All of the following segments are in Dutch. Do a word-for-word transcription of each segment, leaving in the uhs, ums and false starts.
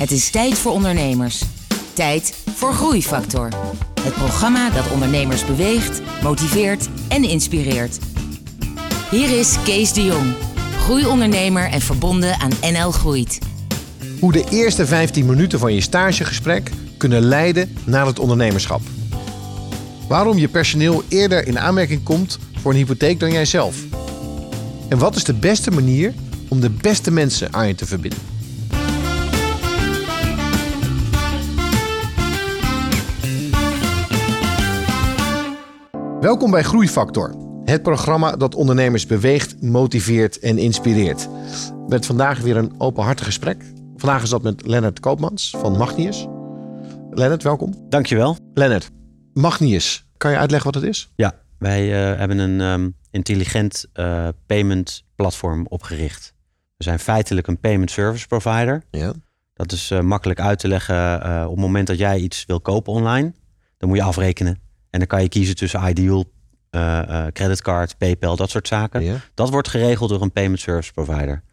Het is tijd voor ondernemers. Tijd voor Groeifactor. Het programma dat ondernemers beweegt, motiveert en inspireert. Hier is Kees de Jong, groeiondernemer en verbonden aan N L Groeit. Hoe de eerste vijftien minuten van je stagegesprek kunnen leiden naar het ondernemerschap. Waarom je personeel eerder in aanmerking komt voor een hypotheek dan jijzelf. En wat is de beste manier om de beste mensen aan je te verbinden? Welkom bij Groeifactor, het programma dat ondernemers beweegt, motiveert en inspireert. Met vandaag weer een openhartig gesprek. Vandaag is dat met Lennart Koopmans van Magnius. Lennart, welkom. Dankjewel. Lennart, Magnius, kan je uitleggen wat het is? Ja, wij uh, hebben een um, intelligent uh, payment platform opgericht. We zijn feitelijk een payment service provider. Ja. Dat is uh, makkelijk uit te leggen. Uh, op het moment dat jij iets wil kopen online, dan moet je afrekenen. En dan kan je kiezen tussen Ideal, uh, uh, creditcard, PayPal, dat soort zaken. Ja. Dat wordt geregeld door een payment service provider.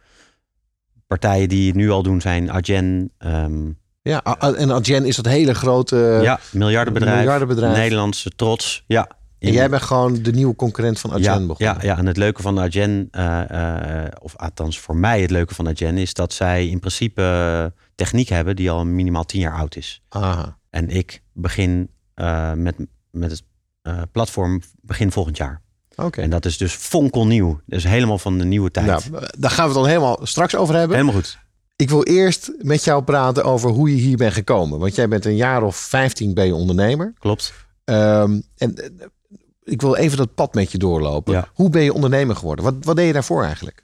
Partijen die het nu al doen zijn Adyen. Um, Ja, en Adyen is dat hele grote ja, miljardenbedrijf, miljardenbedrijf. Nederlandse trots. Ja. En jij bent gewoon de nieuwe concurrent van Adyen ja, begonnen. Ja, ja, en het leuke van Adyen, uh, uh, of althans voor mij het leuke van Adyen, is dat zij in principe uh, techniek hebben die al minimaal tien jaar oud is. Aha. En ik begin uh, met, met het uh, platform begin volgend jaar. Oké. Okay. En dat is dus fonkelnieuw. Dus helemaal van de nieuwe tijd. Nou, daar gaan we het dan helemaal straks over hebben. Helemaal goed. Ik wil eerst met jou praten over hoe je hier bent gekomen. Want jij bent een jaar of vijftien ben je ondernemer. Klopt. Um, en uh, ik wil even dat pad met je doorlopen. Ja. Hoe ben je ondernemer geworden? Wat, wat deed je daarvoor eigenlijk?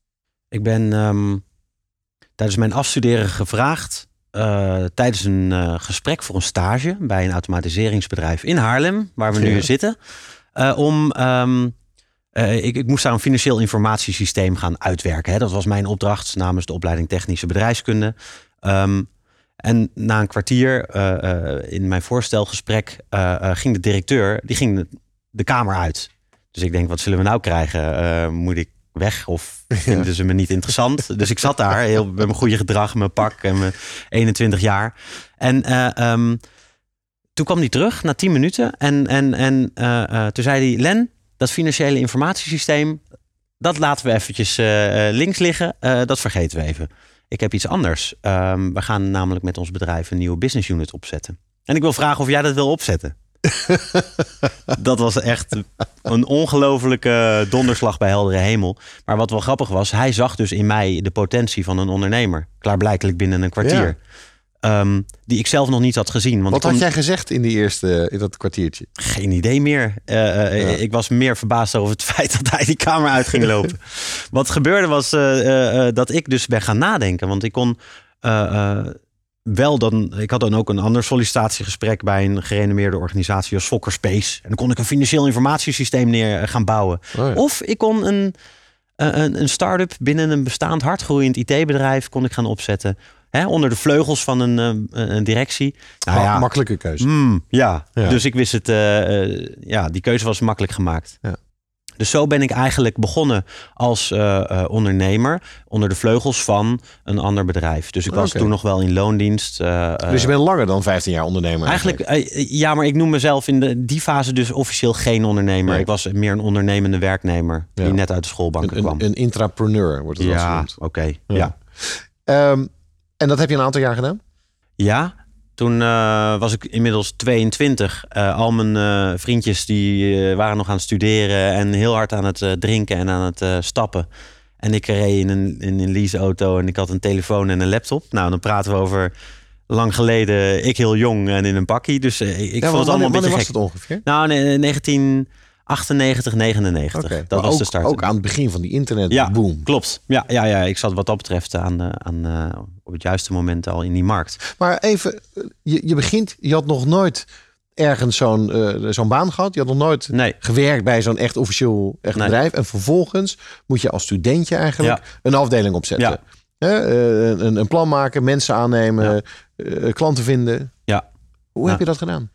Ik ben um, tijdens mijn afstuderen gevraagd. Uh, tijdens een uh, gesprek voor een stage bij een automatiseringsbedrijf in Haarlem, waar we nu ja. zitten. Uh, om, um, uh, ik, ik moest daar een financieel informatiesysteem gaan uitwerken. Hè. Dat was mijn opdracht namens de opleiding Technische Bedrijfskunde. Um, en na een kwartier uh, uh, in mijn voorstelgesprek uh, uh, ging de directeur, die ging de, de kamer uit. Dus ik denk, wat zullen we nou krijgen? Uh, moet ik weg of vinden ja. ze me niet interessant? Dus ik zat daar heel, met mijn goede gedrag, mijn pak en mijn eenentwintig jaar. En uh, um, toen kwam hij terug na tien minuten. En, en, en uh, uh, toen zei hij, Len, dat financiële informatiesysteem, dat laten we eventjes uh, links liggen. Uh, dat vergeten we even. Ik heb iets anders. Um, we gaan namelijk met ons bedrijf een nieuwe business unit opzetten. En ik wil vragen of jij dat wil opzetten. Dat was echt een ongelofelijke donderslag bij heldere hemel. Maar wat wel grappig was, hij zag dus in mij de potentie van een ondernemer. Klaarblijkelijk binnen een kwartier. Ja. Um, die ik zelf nog niet had gezien. Want wat kon... had jij gezegd in, die eerste, in dat kwartiertje? Geen idee meer. Uh, uh, ja. Ik was meer verbaasd over het feit dat hij die kamer uit ging lopen. Wat gebeurde was uh, uh, dat ik dus ben gaan nadenken. Want ik kon... Uh, uh, Wel dan, ik had dan ook een ander sollicitatiegesprek bij een gerenommeerde organisatie als Fokker Space. En dan kon ik een financieel informatiesysteem neer gaan bouwen. Oh ja. Of ik kon een, een, een start-up binnen een bestaand hardgroeiend I T-bedrijf kon ik gaan opzetten. Hè, onder de vleugels van een, een, een directie. Nou, ja, makkelijke keuze. Mm, ja. ja, dus ik wist het. Uh, uh, ja, die keuze was makkelijk gemaakt. Ja. Dus zo ben ik eigenlijk begonnen als uh, uh, ondernemer onder de vleugels van een ander bedrijf. Dus ik was okay. toen nog wel in loondienst. Uh, dus je bent langer dan vijftien jaar ondernemer? Eigenlijk, eigenlijk uh, ja, maar ik noem mezelf in de, die fase dus officieel geen ondernemer. Nee. Ik was meer een ondernemende werknemer die ja. net uit de schoolbanken een, kwam. Een, een intrapreneur wordt het wel ja, genoemd. Oké, okay, ja. ja. Um, en dat heb je een aantal jaar gedaan? Ja. Toen uh, was ik inmiddels tweeëntwintig. Uh, al mijn uh, vriendjes die uh, waren nog aan het studeren en heel hard aan het uh, drinken en aan het uh, stappen. En ik reed in een, in een leaseauto en ik had een telefoon en een laptop. Nou, dan praten we over lang geleden, ik heel jong en in een pakkie. Dus uh, ik ja, vond het allemaal een beetje gek. Wanneer was het ongeveer? Nou, nee, negentien achtennegentig, negenennegentig. Okay. Dat maar was ook, de start. Ook aan het begin van die internetboom. Ja, klopt. Ja, ja, ja, ik zat wat dat betreft aan, uh, aan, uh, op het juiste moment al in die markt. Maar even, je, je begint, je had nog nooit ergens zo'n, uh, zo'n baan gehad. Je had nog nooit nee. gewerkt bij zo'n echt officieel echt nee. bedrijf. En vervolgens moet je als studentje eigenlijk ja. een afdeling opzetten. Ja. He, uh, een, een plan maken, mensen aannemen, ja. uh, klanten vinden. Ja. Hoe ja. heb je dat gedaan?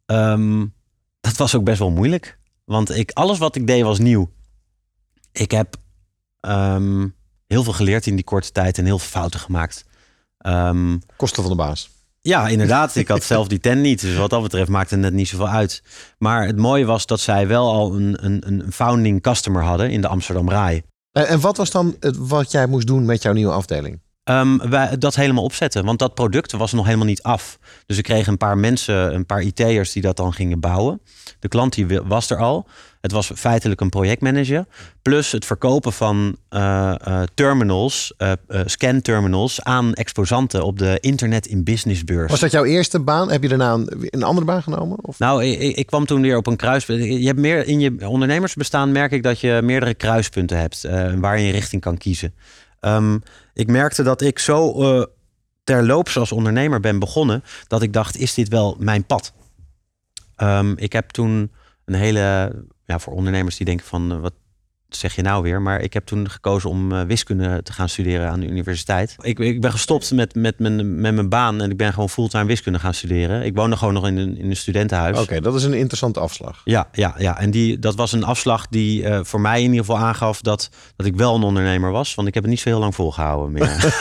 Um, dat was ook best wel moeilijk. Want ik, alles wat ik deed was nieuw. Ik heb um, heel veel geleerd in die korte tijd en heel veel fouten gemaakt. Um, Kosten van de baas. Ja, inderdaad. Ik had zelf die tent niet. Dus wat dat betreft maakte het net niet zoveel uit. Maar het mooie was dat zij wel al een, een, een founding customer hadden in de Amsterdam Rai. En, en wat was dan het, wat jij moest doen met jouw nieuwe afdeling? Um, wij dat helemaal opzetten. Want dat product was nog helemaal niet af. Dus ik kreeg een paar mensen, een paar I T'ers die dat dan gingen bouwen. De klant die was er al. Het was feitelijk een projectmanager. Plus het verkopen van uh, uh, terminals, uh, uh, scan-terminals aan exposanten op de Internet in Business beurs. Was dat jouw eerste baan? Heb je daarna een, een andere baan genomen? Of? Nou, ik, ik kwam toen weer op een kruispunt. Je hebt meer in je ondernemersbestaan merk ik dat je meerdere kruispunten hebt uh, waar je richting kan kiezen. Um, ik merkte dat ik zo uh, terloops als ondernemer ben begonnen dat ik dacht, is dit wel mijn pad? Um, ik heb toen een hele, ja, voor ondernemers die denken van, uh, wat zeg je nou weer? Maar ik heb toen gekozen om uh, wiskunde te gaan studeren aan de universiteit. Ik, ik ben gestopt met, met, mijn, met mijn baan en ik ben gewoon fulltime wiskunde gaan studeren. Ik woonde gewoon nog in een, in een studentenhuis. Oké, okay, dat is een interessante afslag. Ja, ja, ja. En die, dat was een afslag die uh, voor mij in ieder geval aangaf dat, dat ik wel een ondernemer was. Want ik heb het niet zo heel lang volgehouden meer.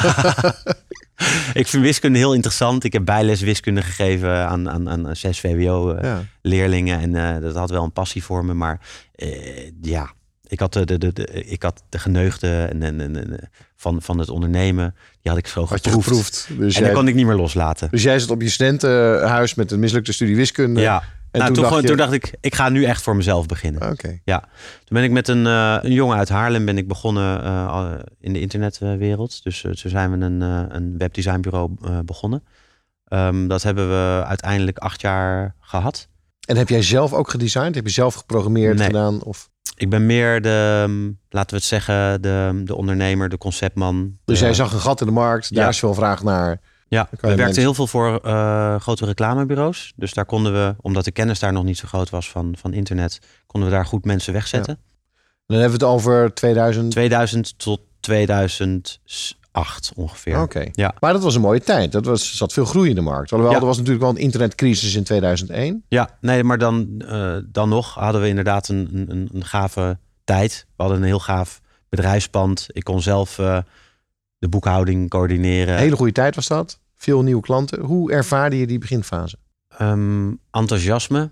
Ik vind wiskunde heel interessant. Ik heb bijles wiskunde gegeven aan, aan, aan zes V W O-leerlingen. Uh, ja. En uh, dat had wel een passie voor me. Maar uh, ja... Ik had de, de, de, de, ik had de geneugde en, en, en, van, van het ondernemen. Die had ik zo had geproefd. Je geproefd. Dus en jij, dat kon ik niet meer loslaten. Dus jij zat op je studentenhuis met een mislukte studie wiskunde. Ja. En nou, toen, toen, dacht je... toen dacht ik, ik ga nu echt voor mezelf beginnen. Oké. Okay. Ja. Toen ben ik met een, uh, een jongen uit Haarlem ben ik begonnen uh, in de internetwereld. Dus uh, toen zijn we een, uh, een webdesignbureau uh, begonnen. Um, dat hebben we uiteindelijk acht jaar gehad. En heb jij zelf ook gedesigned? Heb je zelf geprogrammeerd nee. gedaan? Of... Ik ben meer de, laten we het zeggen, de, de ondernemer, de conceptman. Dus de... jij zag een gat in de markt, daar ja. is veel vraag naar. Ja, we werkten mensen... heel veel voor uh, grote reclamebureaus. Dus daar konden we, omdat de kennis daar nog niet zo groot was van, van internet, konden we daar goed mensen wegzetten. Ja. Dan hebben we het over tweeduizend... tweeduizend tot tweeduizend acht ongeveer. Oké, okay. Ja. Maar dat was een mooie tijd. Dat was, zat veel groei in de markt. Alhoewel, ja. er was natuurlijk wel een internetcrisis in tweeduizend één. Ja, nee, maar dan, uh, dan nog hadden we inderdaad een, een, een gave tijd. We hadden een heel gaaf bedrijfspand. Ik kon zelf uh, de boekhouding coördineren. Een hele goede tijd was dat. Veel nieuwe klanten. Hoe ervaarde je die beginfase? Um, enthousiasme.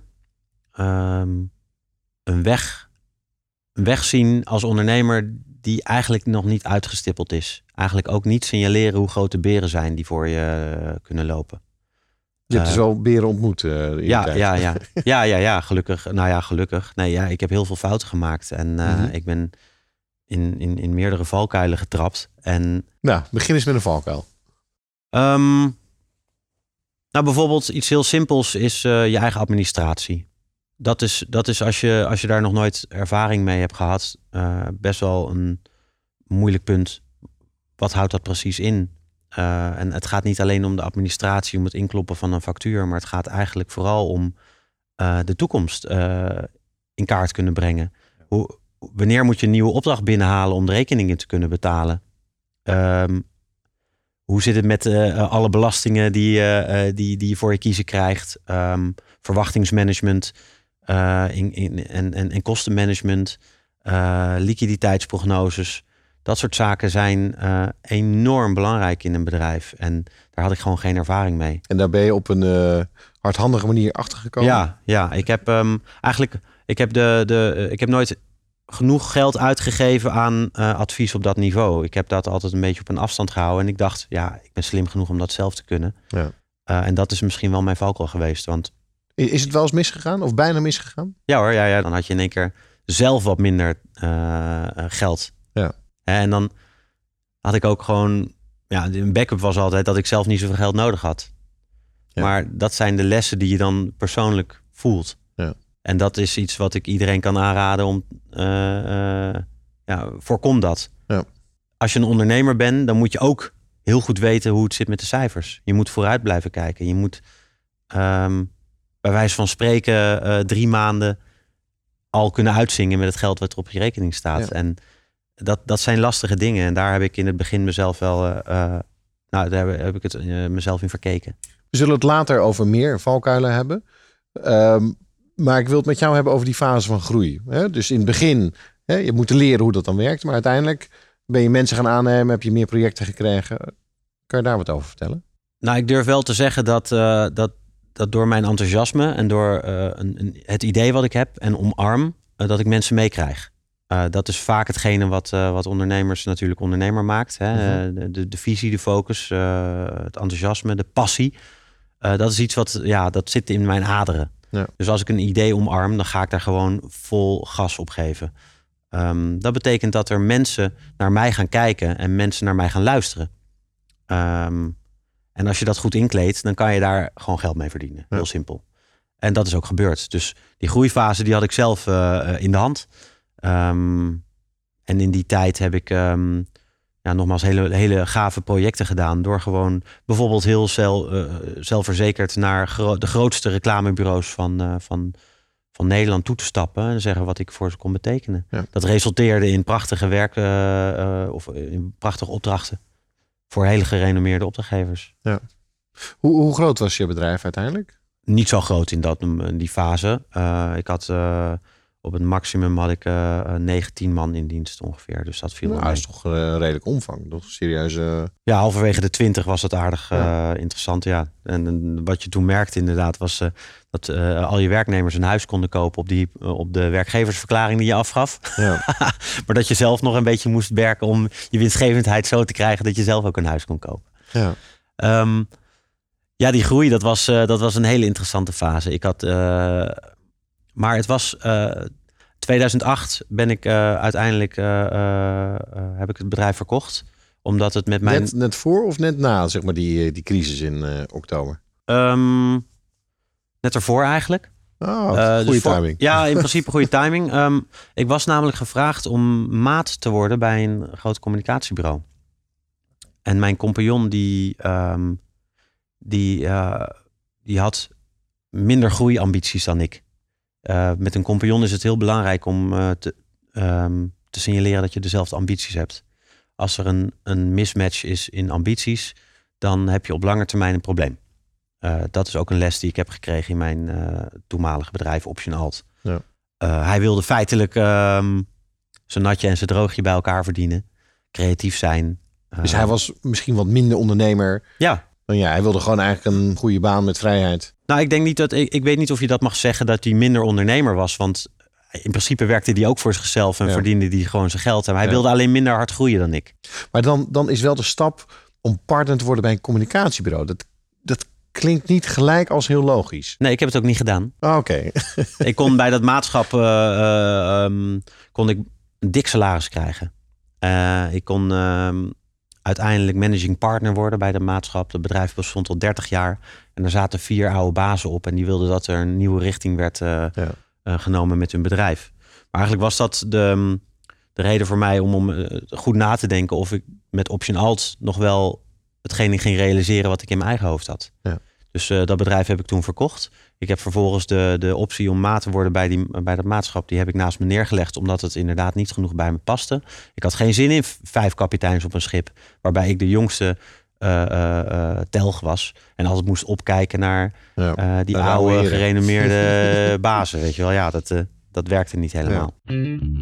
Um, een weg, een weg zien als ondernemer die eigenlijk nog niet uitgestippeld is. Eigenlijk ook niet signaleren hoe groot de beren zijn die voor je uh, kunnen lopen. Je hebt uh, dus wel beren ontmoet uh, in ja, de tijd. Ja, ja. ja, ja, ja, gelukkig. Nou ja, gelukkig. Nee, ja, ik heb heel veel fouten gemaakt. En uh, mm-hmm. ik ben in, in, in meerdere valkuilen getrapt. En, nou, begin eens met een valkuil. Um, nou, bijvoorbeeld iets heel simpels is uh, je eigen administratie. Dat is, dat is als je, als je daar nog nooit ervaring mee hebt gehad, uh, best wel een moeilijk punt. Wat houdt dat precies in? Uh, en het gaat niet alleen om de administratie, om het inkloppen van een factuur, maar het gaat eigenlijk vooral om uh, de toekomst uh, in kaart kunnen brengen. Hoe, wanneer moet je een nieuwe opdracht binnenhalen om de rekeningen te kunnen betalen? Um, hoe zit het met uh, alle belastingen die, uh, die, die je voor je kiezen krijgt? Um, verwachtingsmanagement uh, in, in, en, en, en kostenmanagement, uh, liquiditeitsprognoses. Dat soort zaken zijn uh, enorm belangrijk in een bedrijf. En daar had ik gewoon geen ervaring mee. En daar ben je op een uh, hardhandige manier achtergekomen? Ja, ja, ik heb um, eigenlijk ik heb, de, de, uh, ik heb nooit genoeg geld uitgegeven aan uh, advies op dat niveau. Ik heb dat altijd een beetje op een afstand gehouden. En ik dacht, ja, ik ben slim genoeg om dat zelf te kunnen. Ja. Uh, en dat is misschien wel mijn valkuil geweest. Want is het wel eens misgegaan of bijna misgegaan? Ja hoor, ja, ja. Dan had je in één keer zelf wat minder uh, geld. Ja. En dan had ik ook gewoon... Ja, een backup was altijd dat ik zelf niet zoveel geld nodig had. Ja. Maar dat zijn de lessen die je dan persoonlijk voelt. Ja. En dat is iets wat ik iedereen kan aanraden om... Uh, uh, ja, voorkom dat. Ja. Als je een ondernemer bent, dan moet je ook heel goed weten hoe het zit met de cijfers. Je moet vooruit blijven kijken. Je moet um, bij wijze van spreken uh, drie maanden al kunnen uitzingen met het geld wat er op je rekening staat. Ja. En dat, dat zijn lastige dingen. En daar heb ik in het begin mezelf wel... Uh, uh, nou, daar heb ik het uh, mezelf in verkeken. We zullen het later over meer valkuilen hebben. Um, maar ik wil het met jou hebben over die fase van groei. Hè? Dus in het begin, hè, je moet leren hoe dat dan werkt. Maar uiteindelijk ben je mensen gaan aannemen, heb je meer projecten gekregen. Kun Kan je daar wat over vertellen? Nou, ik durf wel te zeggen dat, uh, dat, dat door mijn enthousiasme en door uh, een, een, het idee wat ik heb en omarm, uh, dat ik mensen meekrijg. Uh, dat is vaak hetgene wat, uh, wat ondernemers natuurlijk ondernemer maakt. Hè? Mm-hmm. Uh, de, de visie, de focus, uh, het enthousiasme, de passie. Uh, dat is iets wat, ja, dat zit in mijn aderen. Ja. Dus als ik een idee omarm, dan ga ik daar gewoon vol gas op geven. Um, dat betekent dat er mensen naar mij gaan kijken en mensen naar mij gaan luisteren. Um, en als je dat goed inkleedt, dan kan je daar gewoon geld mee verdienen. Heel ja. simpel. En dat is ook gebeurd. Dus die groeifase die had ik zelf uh, in de hand. Um, en in die tijd heb ik um, ja, nogmaals hele, hele gave projecten gedaan. Door gewoon bijvoorbeeld heel zelf, uh, zelfverzekerd naar gro- de grootste reclamebureaus van, uh, van, van Nederland toe te stappen. En zeggen wat ik voor ze kon betekenen. Ja. Dat resulteerde in prachtige werk uh, uh, of in prachtige opdrachten. Voor hele gerenommeerde opdrachtgevers. Ja. Hoe, hoe groot was je bedrijf uiteindelijk? Niet zo groot in, dat, in die fase. Uh, ik had uh, op het maximum had ik uh, negentien man in dienst ongeveer. Dus dat viel nou, mee. Dat is toch een uh, redelijk omvang. Toch serieus. Uh... Ja, halverwege de twintig was het aardig ja. uh, interessant. Ja. En, en wat je toen merkte inderdaad was uh, dat uh, al je werknemers een huis konden kopen op, die, uh, op de werkgeversverklaring die je afgaf. Ja. Maar dat je zelf nog een beetje moest werken om je winstgevendheid zo te krijgen dat je zelf ook een huis kon kopen. Ja, um, ja die groei, dat was, uh, dat was een hele interessante fase. Ik had, uh, maar het was uh, tweeduizend acht ben ik uh, uiteindelijk uh, uh, uh, heb ik het bedrijf verkocht. Omdat het met mijn... Net, net voor of net na, zeg maar, die, die crisis in uh, oktober? Um, net ervoor eigenlijk. Oh, uh, goede dus timing. Voor, ja, in principe goede timing. Um, ik was namelijk gevraagd om maat te worden bij een groot communicatiebureau. En mijn compagnon die, um, die, uh, die had minder groeiambities dan ik. Uh, met een compagnon is het heel belangrijk om uh, te, um, te signaleren dat je dezelfde ambities hebt. Als er een, een mismatch is in ambities, dan heb je op lange termijn een probleem. Uh, dat is ook een les die ik heb gekregen in mijn uh, toenmalige bedrijf Option Alt. Ja. Uh, hij wilde feitelijk um, zijn natje en zijn droogje bij elkaar verdienen. Creatief zijn. Uh, dus hij was misschien wat minder ondernemer. Ja. Dan ja, hij wilde gewoon eigenlijk een goede baan met vrijheid. Nou, ik denk niet dat ik, ik weet niet of je dat mag zeggen dat hij minder ondernemer was. Want in principe werkte hij ook voor zichzelf en ja. verdiende hij gewoon zijn geld. En hij ja. wilde alleen minder hard groeien dan ik. Maar dan, dan is wel de stap om partner te worden bij een communicatiebureau. Dat, dat klinkt niet gelijk als heel logisch. Nee, ik heb het ook niet gedaan. Oh, Oké. Okay. Ik kon bij dat maatschap uh, uh, um, kon ik een dik salaris krijgen. Uh, ik kon uh, uiteindelijk managing partner worden bij dat maatschap. Het bedrijf bestond al dertig jaar. En er zaten vier oude bazen op. En die wilden dat er een nieuwe richting werd uh, ja. uh, genomen met hun bedrijf. Maar eigenlijk was dat de, de reden voor mij om, om uh, goed na te denken of ik met Option Alt nog wel hetgeen ging realiseren wat ik in mijn eigen hoofd had. Ja. Dus uh, dat bedrijf heb ik toen verkocht. Ik heb vervolgens de, de optie om maat te worden bij, die, bij dat maatschap, die heb ik naast me neergelegd, omdat het inderdaad niet genoeg bij me paste. Ik had geen zin in vijf kapiteins op een schip, waarbij ik de jongste uh, uh, uh, telg was. En altijd moest opkijken naar ja, uh, die oude, oude gerenommeerde bazen. Weet je wel, ja, dat, uh, dat werkte niet helemaal. Ja.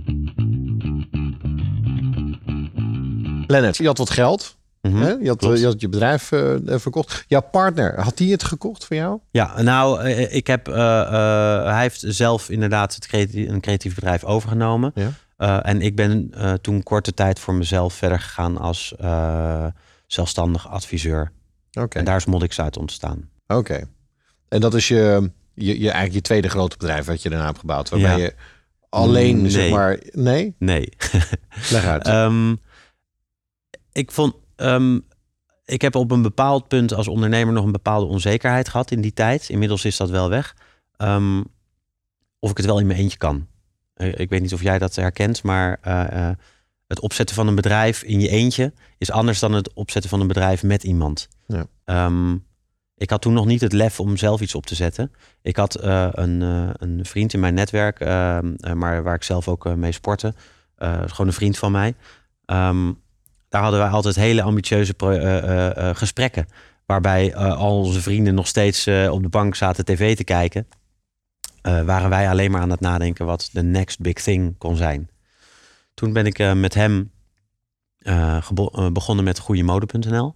Lennart, je had wat geld. Mm-hmm, je, had, je had je bedrijf uh, verkocht. Jouw partner, had die het gekocht voor jou? Ja, nou, uh, ik heb, uh, uh, hij heeft zelf inderdaad het creatief, een creatief bedrijf overgenomen. Ja. Uh, en ik ben uh, toen korte tijd voor mezelf verder gegaan als uh, zelfstandig adviseur. Okay. En daar is Moddix uit ontstaan. Oké. Okay. En dat is je, je, je, eigenlijk je tweede grote bedrijf wat je daarna hebt gebouwd. Waarbij ja. je alleen, nee. zeg maar... Nee? Nee. Leg uit. Um, ik vond... Um, ik heb op een bepaald punt als ondernemer nog een bepaalde onzekerheid gehad in die tijd. Inmiddels is dat wel weg. Um, of ik het wel in mijn eentje kan. Uh, ik weet niet of jij dat herkent, maar uh, uh, het opzetten van een bedrijf in je eentje is anders dan het opzetten van een bedrijf met iemand. Ja. Um, ik had toen nog niet het lef om zelf iets op te zetten. Ik had uh, een, uh, een vriend in mijn netwerk, uh, uh, maar waar ik zelf ook uh, mee sportte. Uh, gewoon een vriend van mij. Um, Daar hadden wij altijd hele ambitieuze pro- uh, uh, uh, gesprekken. Waarbij uh, al onze vrienden nog steeds uh, op de bank zaten tv te kijken. Uh, waren wij alleen maar aan het nadenken wat de next big thing kon zijn. Toen ben ik uh, met hem uh, gebo- uh, begonnen met goeiemode punt n l.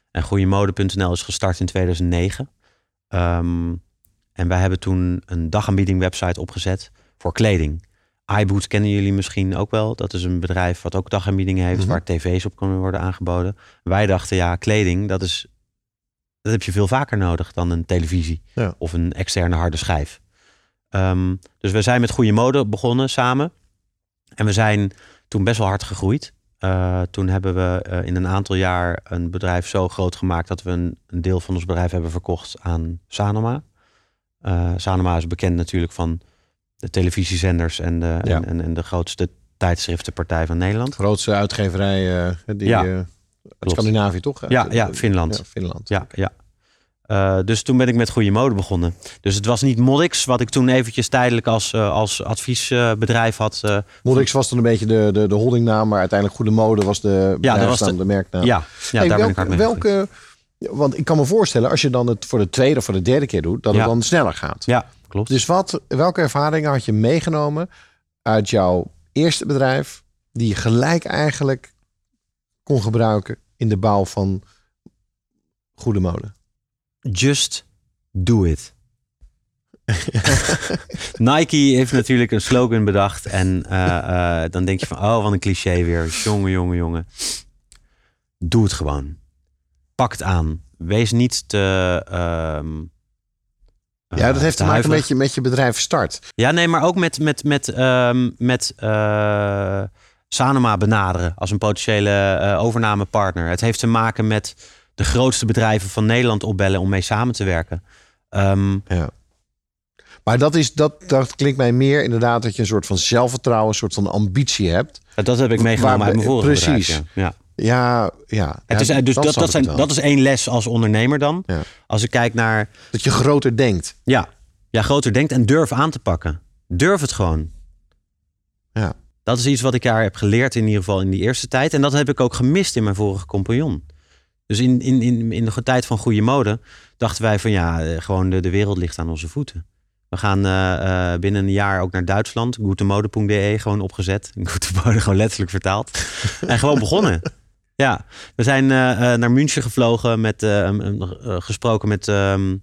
En goeiemode punt n l is gestart in tweeduizend negen. Um, en wij hebben toen een dagaanbieding website opgezet voor kleding. iBoots kennen jullie misschien ook wel. Dat is een bedrijf wat ook dagaanbiedingen heeft, mm-hmm. waar tv's op kunnen worden aangeboden. Wij dachten, ja, kleding, dat is dat heb je veel vaker nodig dan een televisie ja. of een externe harde schijf. Um, dus we zijn met Goeie Mode begonnen samen. En we zijn toen best wel hard gegroeid. Uh, toen hebben we uh, in een aantal jaar een bedrijf zo groot gemaakt dat we een, een deel van ons bedrijf hebben verkocht aan Sanoma. Uh, Sanoma is bekend natuurlijk van de televisiezenders en de, ja. en, en, en de grootste tijdschriftenpartij van Nederland. Grootste uitgeverij uh, die ja, uh, Scandinavië toch? Ja, ja, ja, Finland. Ja, Finland. Ja, ja. Uh, dus toen ben ik met Goeie Mode begonnen. Dus het was niet Moddix, wat ik toen eventjes tijdelijk als, uh, als adviesbedrijf had. Uh, Moddix was dan een beetje de, de, de holdingnaam, maar uiteindelijk Goede Mode was de ja, dat was de, de merknaam. Ja, ja hey, daar welke, ben ik hard mee welke, want ik kan me voorstellen, als je dan het voor de tweede of voor de derde keer doet, dat ja. het dan sneller gaat. Ja, klopt. Dus wat, welke ervaringen had je meegenomen uit jouw eerste bedrijf, die je gelijk eigenlijk kon gebruiken in de bouw van Goede Mode? Just do it. Nike heeft natuurlijk een slogan bedacht. En uh, uh, dan denk je van, oh, wat een cliché weer. Jongen, jongen, jongen. Doe het gewoon. Pak het aan. Wees niet te... Um, uh, ja, dat heeft te, te maken huiverig. met je, met je bedrijf start. Ja, nee, maar ook met, met, met, um, met uh, Sanoma benaderen als een potentiële uh, overnamepartner. Het heeft te maken met de grootste bedrijven van Nederland opbellen om mee samen te werken. Um, ja. Maar dat, is, dat, dat klinkt mij meer inderdaad dat je een soort van zelfvertrouwen, een soort van ambitie hebt. Dat heb ik meegenomen uit mijn vorige precies. bedrijf. Ja, ja. ja, Het is, ja dus dat, dat, zijn, dat is één les als ondernemer dan. Ja. Als ik kijk naar... Dat je groter denkt. Ja, ja, groter denkt en durf aan te pakken. Durf het gewoon. Ja. Dat is iets wat ik daar heb geleerd in ieder geval in die eerste tijd. En dat heb ik ook gemist in mijn vorige compagnon. Dus in, in, in, in de tijd van Goeie Mode dachten wij van ja, gewoon de, de wereld ligt aan onze voeten. We gaan uh, uh, binnen een jaar ook naar Duitsland. goedemode punt d e gewoon opgezet. Goedemode gewoon letterlijk vertaald. En gewoon begonnen. Ja, we zijn uh, uh, naar München gevlogen. Met, uh, um, uh, gesproken met um,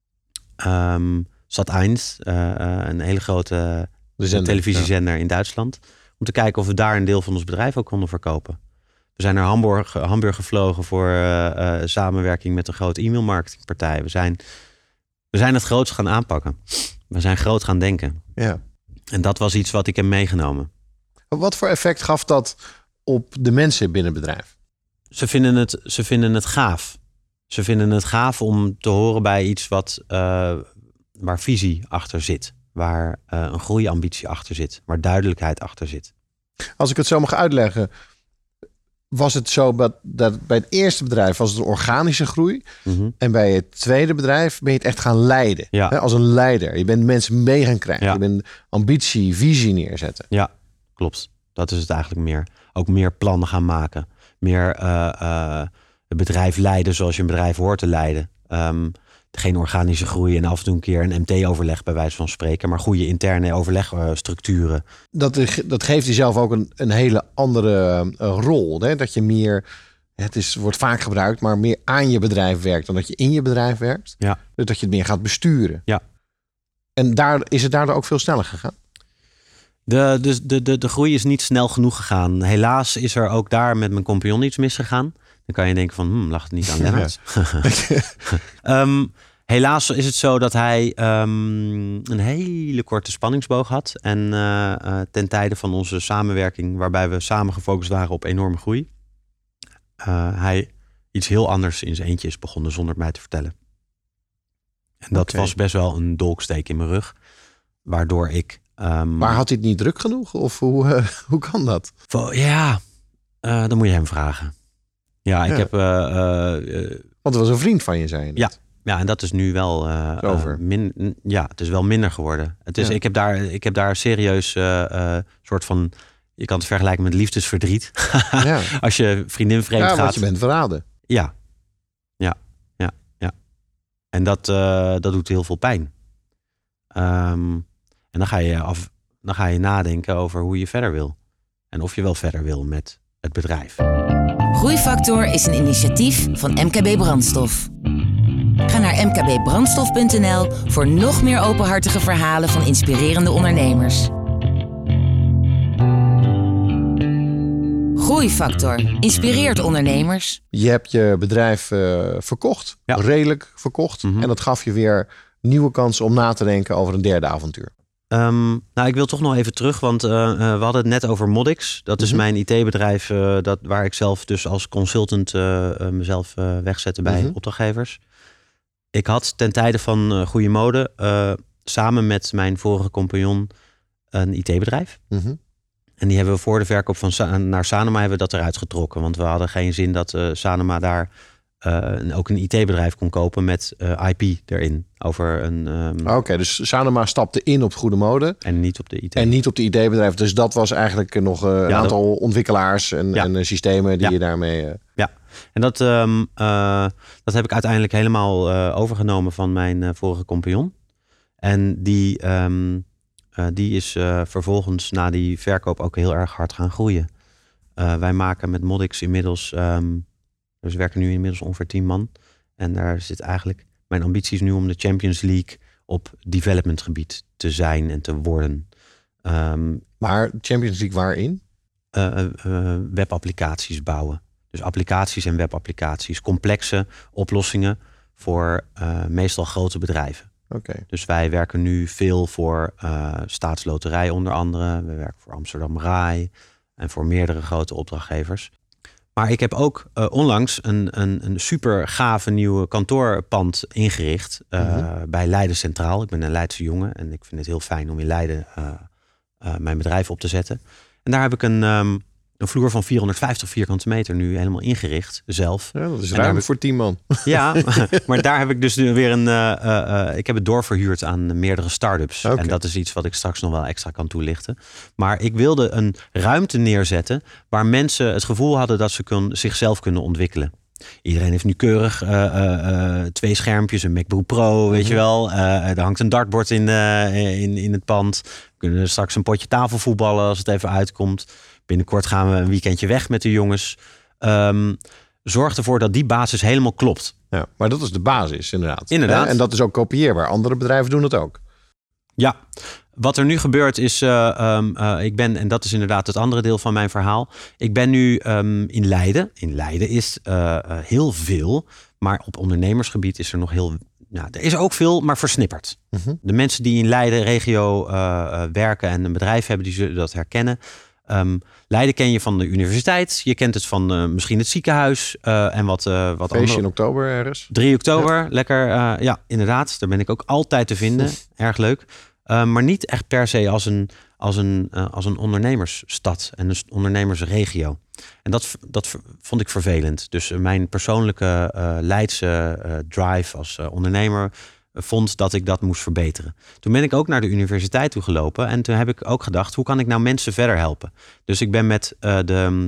um, Sat één. Uh, uh, een hele grote zender, televisiezender ja. in Duitsland. Om te kijken of we daar een deel van ons bedrijf ook konden verkopen. We zijn naar Hamburg, Hamburg gevlogen voor uh, uh, samenwerking met een grote e-mailmarketingpartij. We zijn, we zijn het groots gaan aanpakken. We zijn groot gaan denken. Ja. En dat was iets wat ik heb meegenomen. Wat voor effect gaf dat op de mensen binnen het bedrijf? Ze vinden het, ze vinden het gaaf. Ze vinden het gaaf om te horen bij iets wat, uh, waar visie achter zit. Waar uh, een groeiambitie achter zit. Waar duidelijkheid achter zit. Als ik het zo mag uitleggen, was het zo dat, dat bij het eerste bedrijf was het een organische groei. Mm-hmm. En bij het tweede bedrijf ben je het echt gaan leiden. Ja. Hè, als een leider. Je bent mensen mee gaan krijgen. Ja. Je bent ambitie, visie neerzetten. Ja, klopt. Dat is het eigenlijk meer. Ook meer plannen gaan maken. Meer uh, uh, het bedrijf leiden zoals je een bedrijf hoort te leiden. Um, geen organische groei en af en toe een keer een M T-overleg bij wijze van spreken. Maar goede interne overlegstructuren. Dat, dat geeft jezelf ook een, een hele andere uh, rol. Hè? Dat je meer, het is, wordt vaak gebruikt, maar meer aan je bedrijf werkt dan dat je in je bedrijf werkt. Ja. Dus dat je het meer gaat besturen. Ja. En daar is het daardoor ook veel sneller gegaan. De, de, de, de, de groei is niet snel genoeg gegaan. Helaas is er ook daar met mijn compagnon iets misgegaan. Dan kan je denken van, hmm, lag het niet aan Lennart? Ja. um, helaas is het zo dat hij um, een hele korte spanningsboog had. En uh, uh, ten tijde van onze samenwerking, waarbij we samen gefocust waren op enorme groei, Uh, hij iets heel anders in zijn eentje is begonnen zonder het mij te vertellen. En dat okay. was best wel een dolksteek in mijn rug. Waardoor ik... Um, maar had hij het niet druk genoeg? Of hoe, uh, hoe kan dat? Ja, uh, dan moet je hem vragen. Ja, ik ja. heb... Uh, uh, Want het was een vriend van je, zei je net. Ja, ja, en dat is nu wel... Uh, over. Uh, min, ja, het is wel minder geworden. Het is, ja. ik, heb daar, ik heb daar serieus uh, uh, soort van... Je kan het vergelijken met liefdesverdriet. Ja. Als je vriendin vreemd ja, gaat. Ja, want je bent verraden. Ja, ja, ja, ja. En dat, uh, dat doet heel veel pijn. Um, en dan ga je af, dan ga je nadenken over hoe je verder wil. En of je wel verder wil met het bedrijf. Groeifactor is een initiatief van M K B Brandstof. Ga naar m k b brandstof punt n l voor nog meer openhartige verhalen van inspirerende ondernemers. Groeifactor inspireert ondernemers. Je hebt je bedrijf uh, verkocht, ja. redelijk verkocht. Mm-hmm. En dat gaf je weer nieuwe kansen om na te denken over een derde avontuur. Um, nou, ik wil toch nog even terug, want uh, uh, we hadden het net over Moddix. Dat is mm-hmm. mijn I T-bedrijf uh, dat, waar ik zelf dus als consultant uh, uh, mezelf uh, wegzette bij mm-hmm. opdrachtgevers. Ik had ten tijde van uh, Goede Mode uh, samen met mijn vorige compagnon een I T-bedrijf. Mm-hmm. En die hebben we voor de verkoop van Sa- naar Sanoma hebben we dat eruit getrokken. Want we hadden geen zin dat uh, Sanoma daar uh, ook een I T-bedrijf kon kopen met uh, I P erin. Over een. Um... Oké, okay, dus Sanoma stapte in op Goede Mode. En niet op de I T. En niet op de I T-bedrijf. Dus dat was eigenlijk nog uh, een ja, aantal dat... ontwikkelaars en, ja. en uh, systemen die ja. je daarmee. Uh... Ja, en dat, um, uh, dat heb ik uiteindelijk helemaal uh, overgenomen van mijn uh, vorige compagnon. En die. Um, Uh, die is uh, vervolgens na die verkoop ook heel erg hard gaan groeien. Uh, wij maken met Moddix inmiddels... Um, dus we werken nu inmiddels ongeveer tien man. En daar zit eigenlijk... Mijn ambitie is nu om de Champions League op development gebied te zijn en te worden. Um, maar Champions League waarin? Uh, uh, uh, webapplicaties bouwen. Dus applicaties en webapplicaties. Complexe oplossingen voor uh, meestal grote bedrijven. Okay. Dus wij werken nu veel voor uh, Staatsloterij onder andere. We werken voor Amsterdam Rai en voor meerdere grote opdrachtgevers. Maar ik heb ook uh, onlangs een, een, een super gave nieuwe kantoorpand ingericht uh, mm-hmm. bij Leiden Centraal. Ik ben een Leidse jongen en ik vind het heel fijn om in Leiden uh, uh, mijn bedrijf op te zetten. En daar heb ik een... Um, Een vloer van vierhonderdvijftig vierkante meter nu helemaal ingericht zelf. Ja, dat is ruim ik... voor tien man. Ja, maar daar heb ik dus nu weer een... Uh, uh, ik heb het doorverhuurd aan meerdere start-ups. Okay. En dat is iets wat ik straks nog wel extra kan toelichten. Maar ik wilde een ruimte neerzetten waar mensen het gevoel hadden dat ze kun, zichzelf kunnen ontwikkelen. Iedereen heeft nu keurig uh, uh, uh, twee schermpjes, een MacBook Pro, mm-hmm. weet je wel. Uh, er hangt een dartbord in, uh, in, in het pand. We kunnen straks een potje tafelvoetballen als het even uitkomt. Binnenkort gaan we een weekendje weg met de jongens. Um, zorg ervoor dat die basis helemaal klopt. Ja, maar dat is de basis inderdaad. Inderdaad. En dat is ook kopieerbaar. Andere bedrijven doen dat ook. Ja, wat er nu gebeurt is... Uh, um, uh, ik ben, en dat is inderdaad het andere deel van mijn verhaal. Ik ben nu um, in Leiden. In Leiden is uh, uh, heel veel. Maar op ondernemersgebied is er nog heel... Nou, er is ook veel, maar versnipperd. Mm-hmm. De mensen die in Leiden regio uh, uh, werken en een bedrijf hebben... die zullen dat herkennen. Um, Leiden ken je van de universiteit. Je kent het van uh, misschien het ziekenhuis. Uh, en wat, uh, wat Feestje in oktober ergens. drie oktober, ja. Lekker. Uh, ja, inderdaad. Daar ben ik ook altijd te vinden. Erg leuk. Uh, maar niet echt per se als een, als een, uh, als een ondernemersstad en een ondernemersregio. En dat, dat vond ik vervelend. Dus uh, mijn persoonlijke uh, Leidse uh, drive als uh, ondernemer... vond dat ik dat moest verbeteren. Toen ben ik ook naar de universiteit toe gelopen. En toen heb ik ook gedacht, hoe kan ik nou mensen verder helpen? Dus ik ben met uh, de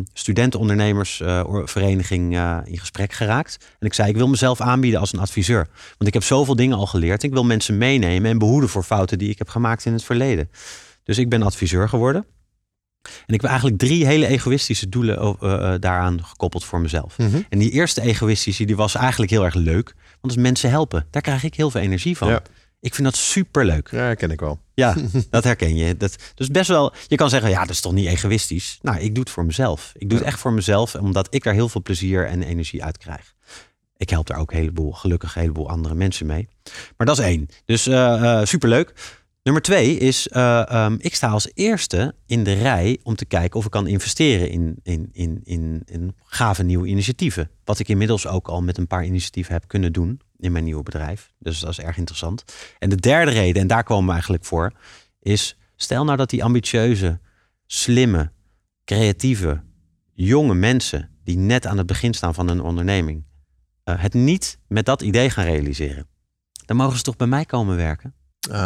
studentenondernemersvereniging uh, uh, in gesprek geraakt. En ik zei, ik wil mezelf aanbieden als een adviseur. Want ik heb zoveel dingen al geleerd. Ik wil mensen meenemen en behoeden voor fouten die ik heb gemaakt in het verleden. Dus ik ben adviseur geworden. En ik heb eigenlijk drie hele egoïstische doelen uh, uh, daaraan gekoppeld voor mezelf. Mm-hmm. En die eerste egoïstische, die was eigenlijk heel erg leuk. Want als mensen helpen, daar krijg ik heel veel energie van. Ja. Ik vind dat superleuk. Ja, herken ik wel. Ja, dat herken je. Dat, dus best wel, je kan zeggen, ja, dat is toch niet egoïstisch? Nou, ik doe het voor mezelf. Ik doe ja. het echt voor mezelf, omdat ik daar heel veel plezier en energie uit krijg. Ik help daar ook een heleboel, gelukkig een heleboel andere mensen mee. Maar dat is één. Dus uh, uh, superleuk. Nummer twee is, uh, um, ik sta als eerste in de rij om te kijken of ik kan investeren in, in, in, in, in gave nieuwe initiatieven. Wat ik inmiddels ook al met een paar initiatieven heb kunnen doen in mijn nieuwe bedrijf. Dus dat is erg interessant. En de derde reden, en daar komen we eigenlijk voor, is stel nou dat die ambitieuze, slimme, creatieve, jonge mensen die net aan het begin staan van een onderneming, uh, het niet met dat idee gaan realiseren. Dan mogen ze toch bij mij komen werken?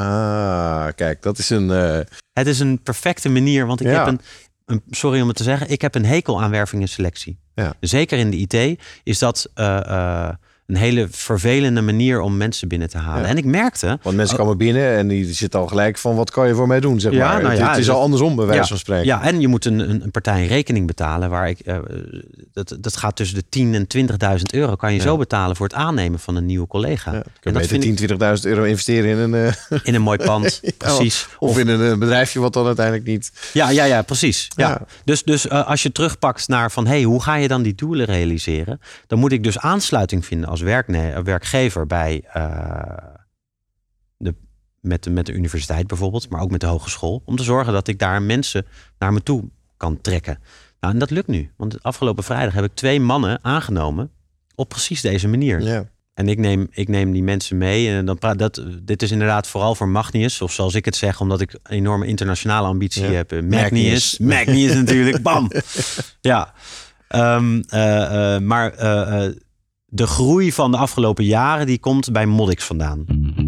Ah, kijk, dat is een... Uh... Het is een perfecte manier, want ik ja. heb een, een... Sorry om het te zeggen, ik heb een hekel aan werving en selectie. Ja. Zeker in de I T is dat uh, uh, een hele vervelende manier om mensen binnen te halen. Ja. En ik merkte... Want mensen komen binnen en die zitten al gelijk van... wat kan je voor mij doen, zeg Ja, maar. nou het, ja, het is dat- al andersom, bij wijze ja, van spreken. Ja, en je moet een, een, een partij een rekening betalen... waar ik uh, dat, dat gaat tussen de tien en twintigduizend euro... kan je Ja. zo betalen voor het aannemen van een nieuwe collega. Ja, en kun je dat beter vind tien, ik twintigduizend euro investeren in een... Uh, in een mooi pand, precies. Of, of in een uh, bedrijfje wat dan uiteindelijk niet... Ja, ja, ja, precies. Ja. Ja. Dus, dus uh, als je terugpakt naar van... hey, hoe ga je dan die doelen realiseren? Dan moet ik dus aansluiting vinden als werkne- werkgever... bij uh, de, met, de, met de universiteit bijvoorbeeld... maar ook met de hogeschool... om te zorgen dat ik daar mensen naar me toe kan trekken. Nou, en dat lukt nu. Want afgelopen vrijdag heb ik twee mannen aangenomen... op precies deze manier. Ja. En ik neem, ik neem die mensen mee. En dan praat dat. Dit is inderdaad vooral voor Magnius. Of zoals ik het zeg, omdat ik een enorme internationale ambitie Ja. heb. Magnius. Magnius. Magnius natuurlijk. Bam. Ja. Um, uh, uh, maar uh, uh, de groei van de afgelopen jaren... die komt bij Moddix vandaan.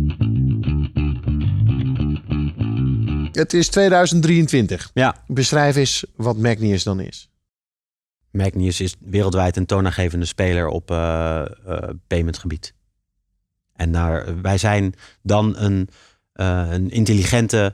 Het is tweeduizend drieëntwintig. Ja. Beschrijf eens wat Magnius dan is. Magnius is wereldwijd een toonaangevende speler op uh, uh, paymentgebied. En daar, wij zijn dan een, uh, een intelligente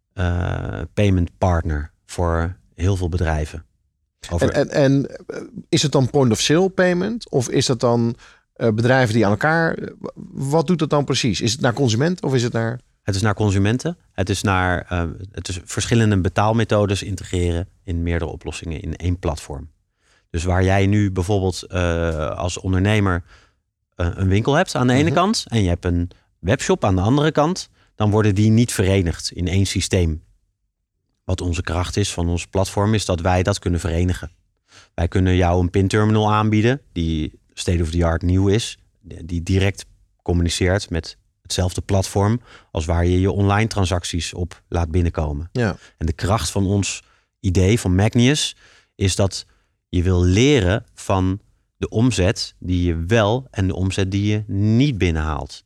uh, payment partner voor heel veel bedrijven. Over... En, en, en is het dan point of sale payment? Of is dat dan uh, bedrijven die aan elkaar... Wat doet dat dan precies? Is het naar consument of is het naar... Het is naar consumenten. Het is naar uh, het is verschillende betaalmethodes integreren in meerdere oplossingen in één platform. Dus waar jij nu bijvoorbeeld uh, als ondernemer uh, een winkel hebt aan de ene Mm-hmm. kant... en je hebt een webshop aan de andere kant... dan worden die niet verenigd in één systeem. Wat onze kracht is van ons platform is dat wij dat kunnen verenigen. Wij kunnen jou een pinterminal aanbieden die state-of-the-art nieuw is... die direct communiceert met hetzelfde platform... als waar je je online transacties op laat binnenkomen. Ja. En de kracht van ons idee van Magnius is dat... je wil leren van de omzet die je wel en de omzet die je niet binnenhaalt.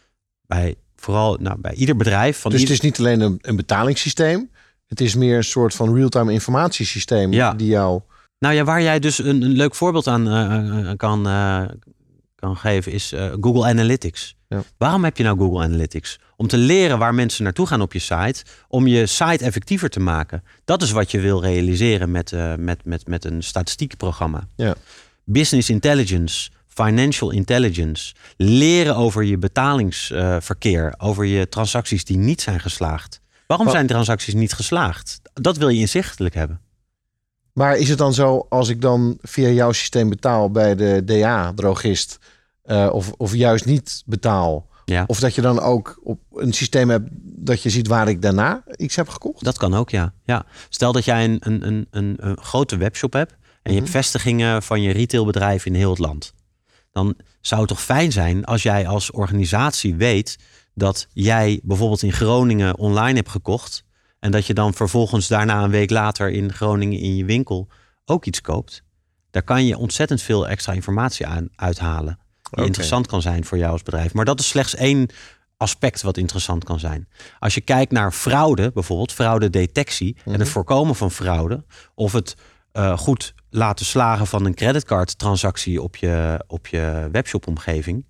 Bij, vooral nou, bij ieder bedrijf. Van Dus ieder... het is niet alleen een, een betalingssysteem. Het is meer een soort van real-time informatiesysteem Ja. die jou... Nou ja, waar jij dus een, een leuk voorbeeld aan uh, kan, uh, kan geven is uh, Google Analytics. Ja. Waarom heb je nou Google Analytics? Om te leren waar mensen naartoe gaan op je site. Om je site effectiever te maken. Dat is wat je wil realiseren met, uh, met, met, met een statistiekprogramma. Ja. Business intelligence, financial intelligence. Leren over je betalingsverkeer. Uh, over je transacties die niet zijn geslaagd. Waarom Wat? zijn transacties niet geslaagd? Dat wil je inzichtelijk hebben. Maar is het dan zo, als ik dan via jouw systeem betaal bij de D A-drogist... Uh, of, of juist niet betaal... Ja. Of dat je dan ook op een systeem hebt dat je ziet waar ik daarna iets heb gekocht? Dat kan ook, ja. ja. Stel dat jij een, een, een, een, een grote webshop hebt... en je Mm-hmm. hebt vestigingen van je retailbedrijf in heel het land. Dan zou het toch fijn zijn als jij als organisatie weet... dat jij bijvoorbeeld in Groningen online hebt gekocht... en dat je dan vervolgens daarna een week later in Groningen in je winkel ook iets koopt. Daar kan je ontzettend veel extra informatie aan uithalen... die Okay. interessant kan zijn voor jou als bedrijf. Maar dat is slechts één aspect wat interessant kan zijn. Als je kijkt naar fraude, bijvoorbeeld fraudedetectie... Mm-hmm. en het voorkomen van fraude... of het uh, goed laten slagen van een creditcardtransactie... op je, op je webshopomgeving...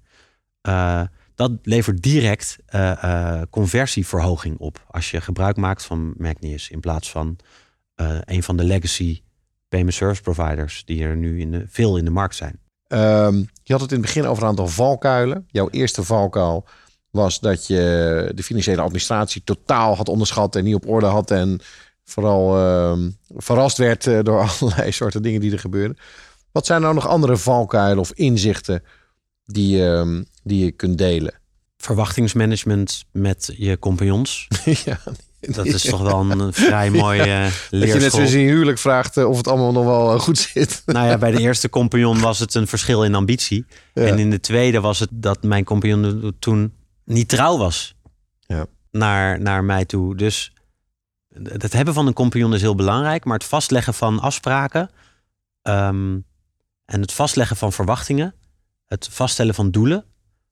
Uh, dat levert direct uh, uh, conversieverhoging op... als je gebruik maakt van Magnius... in plaats van uh, een van de legacy payment service providers... die er nu in de, veel in de markt zijn. Um, je had het in het begin over een aantal valkuilen. Jouw eerste valkuil was dat je de financiële administratie totaal had onderschat en niet op orde had en vooral um, verrast werd uh, door allerlei soorten dingen die er gebeurden. Wat zijn nou nog andere valkuilen of inzichten die, um, die je kunt delen? Verwachtingsmanagement met je compagnons. Ja, dat is toch wel een vrij mooie uh, leerschool. Dat je net zoals in je huwelijk vraagt uh, of het allemaal nog wel uh, goed zit. Nou ja, bij de eerste compagnon was het een verschil in ambitie. Ja. En in de tweede was het dat mijn compagnon toen niet trouw was. Ja. Naar, naar mij toe. Dus het hebben van een compagnon is heel belangrijk. Maar het vastleggen van afspraken... Um, en het vastleggen van verwachtingen... het vaststellen van doelen...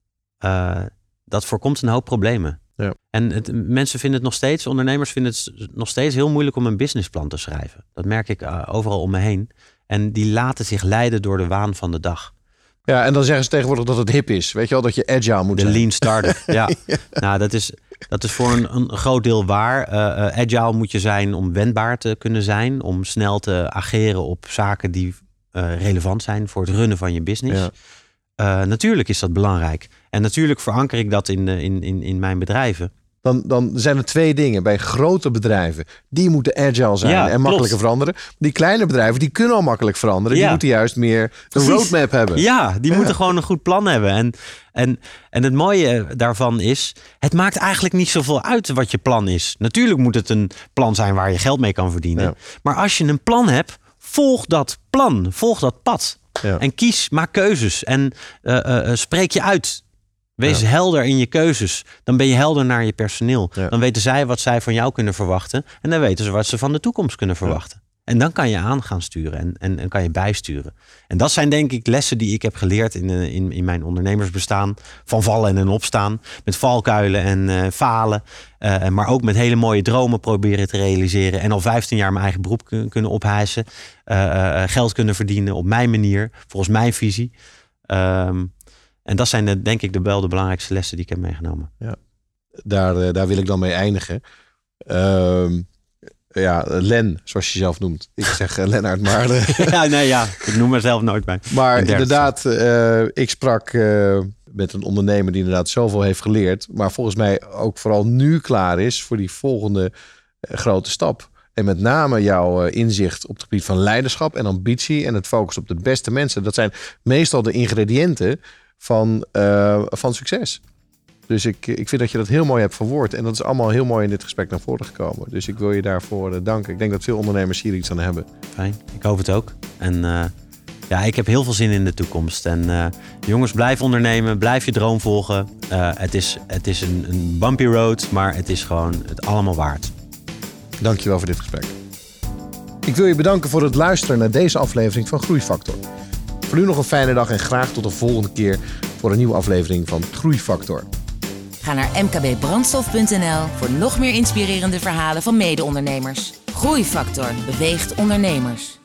Uh, dat voorkomt een hoop problemen. Ja. En het, mensen vinden het nog steeds, ondernemers vinden het nog steeds heel moeilijk om een businessplan te schrijven. Dat merk ik uh, overal om me heen. En die laten zich leiden door de waan van de dag. Ja, en dan zeggen ze tegenwoordig dat het hip is. Weet je wel, dat je agile moet De zijn. lean startup, ja. ja. Nou, dat is, dat is voor een, een groot deel waar. Uh, uh, agile moet je zijn om wendbaar te kunnen zijn. Om snel te ageren op zaken die uh, relevant zijn voor het runnen van je business. Ja. Uh, natuurlijk is dat belangrijk. En natuurlijk veranker ik dat in, in, in, in mijn bedrijven. Dan, dan zijn er twee dingen. Bij grote bedrijven, die moeten agile zijn ja, en makkelijker veranderen. Die kleine bedrijven, die kunnen al makkelijk veranderen. Ja. Die moeten juist meer een Precies. roadmap hebben. Ja, die ja. moeten gewoon een goed plan hebben. En, en, en het mooie daarvan is, het maakt eigenlijk niet zoveel uit wat je plan is. Natuurlijk moet het een plan zijn waar je geld mee kan verdienen. Ja. Maar als je een plan hebt, volg dat plan. Volg dat pad. Ja. En kies, maak keuzes. En uh, uh, spreek je uit. Wees ja. helder in je keuzes. Dan ben je helder naar je personeel. Ja. Dan weten zij wat zij van jou kunnen verwachten. En dan weten ze wat ze van de toekomst kunnen verwachten. Ja. En dan kan je aan gaan sturen en, en, en kan je bijsturen. En dat zijn denk ik lessen die ik heb geleerd in, in, in mijn ondernemersbestaan. Van vallen en opstaan. Met valkuilen en uh, falen. Uh, maar ook met hele mooie dromen proberen te realiseren. En al vijftien jaar mijn eigen beroep kun, kunnen ophijsen. Uh, uh, geld kunnen verdienen op mijn manier. Volgens mijn visie. Um, En dat zijn de, denk ik de, wel de belangrijkste lessen die ik heb meegenomen. Ja, daar, daar wil ik dan mee eindigen. Uh, ja, Len, zoals je zelf noemt. Ik zeg uh, Lennart, maar... Uh, ja, nee, ja, ik noem mezelf nooit bij. Maar inderdaad, uh, ik sprak uh, met een ondernemer die inderdaad zoveel heeft geleerd. Maar volgens mij ook vooral nu klaar is voor die volgende uh, grote stap. En met name jouw uh, inzicht op het gebied van leiderschap en ambitie. En het focus op de beste mensen. Dat zijn meestal de ingrediënten van, uh, van succes. Dus ik, ik vind dat je dat heel mooi hebt verwoord. En dat is allemaal heel mooi in dit gesprek naar voren gekomen. Dus ik wil je daarvoor uh, danken. Ik denk dat veel ondernemers hier iets aan hebben. Fijn, ik hoop het ook. En uh, ja, ik heb heel veel zin in de toekomst. En uh, jongens, blijf ondernemen. Blijf je droom volgen. Uh, het is, het is een, een bumpy road, maar het is gewoon het allemaal waard. Dank je wel voor dit gesprek. Ik wil je bedanken voor het luisteren naar deze aflevering van Groeifactor. Voor nu nog een fijne dag en graag tot de volgende keer voor een nieuwe aflevering van Groeifactor. Ga naar m k b brandstof punt n l voor nog meer inspirerende verhalen van mede-ondernemers. Groeifactor beweegt ondernemers.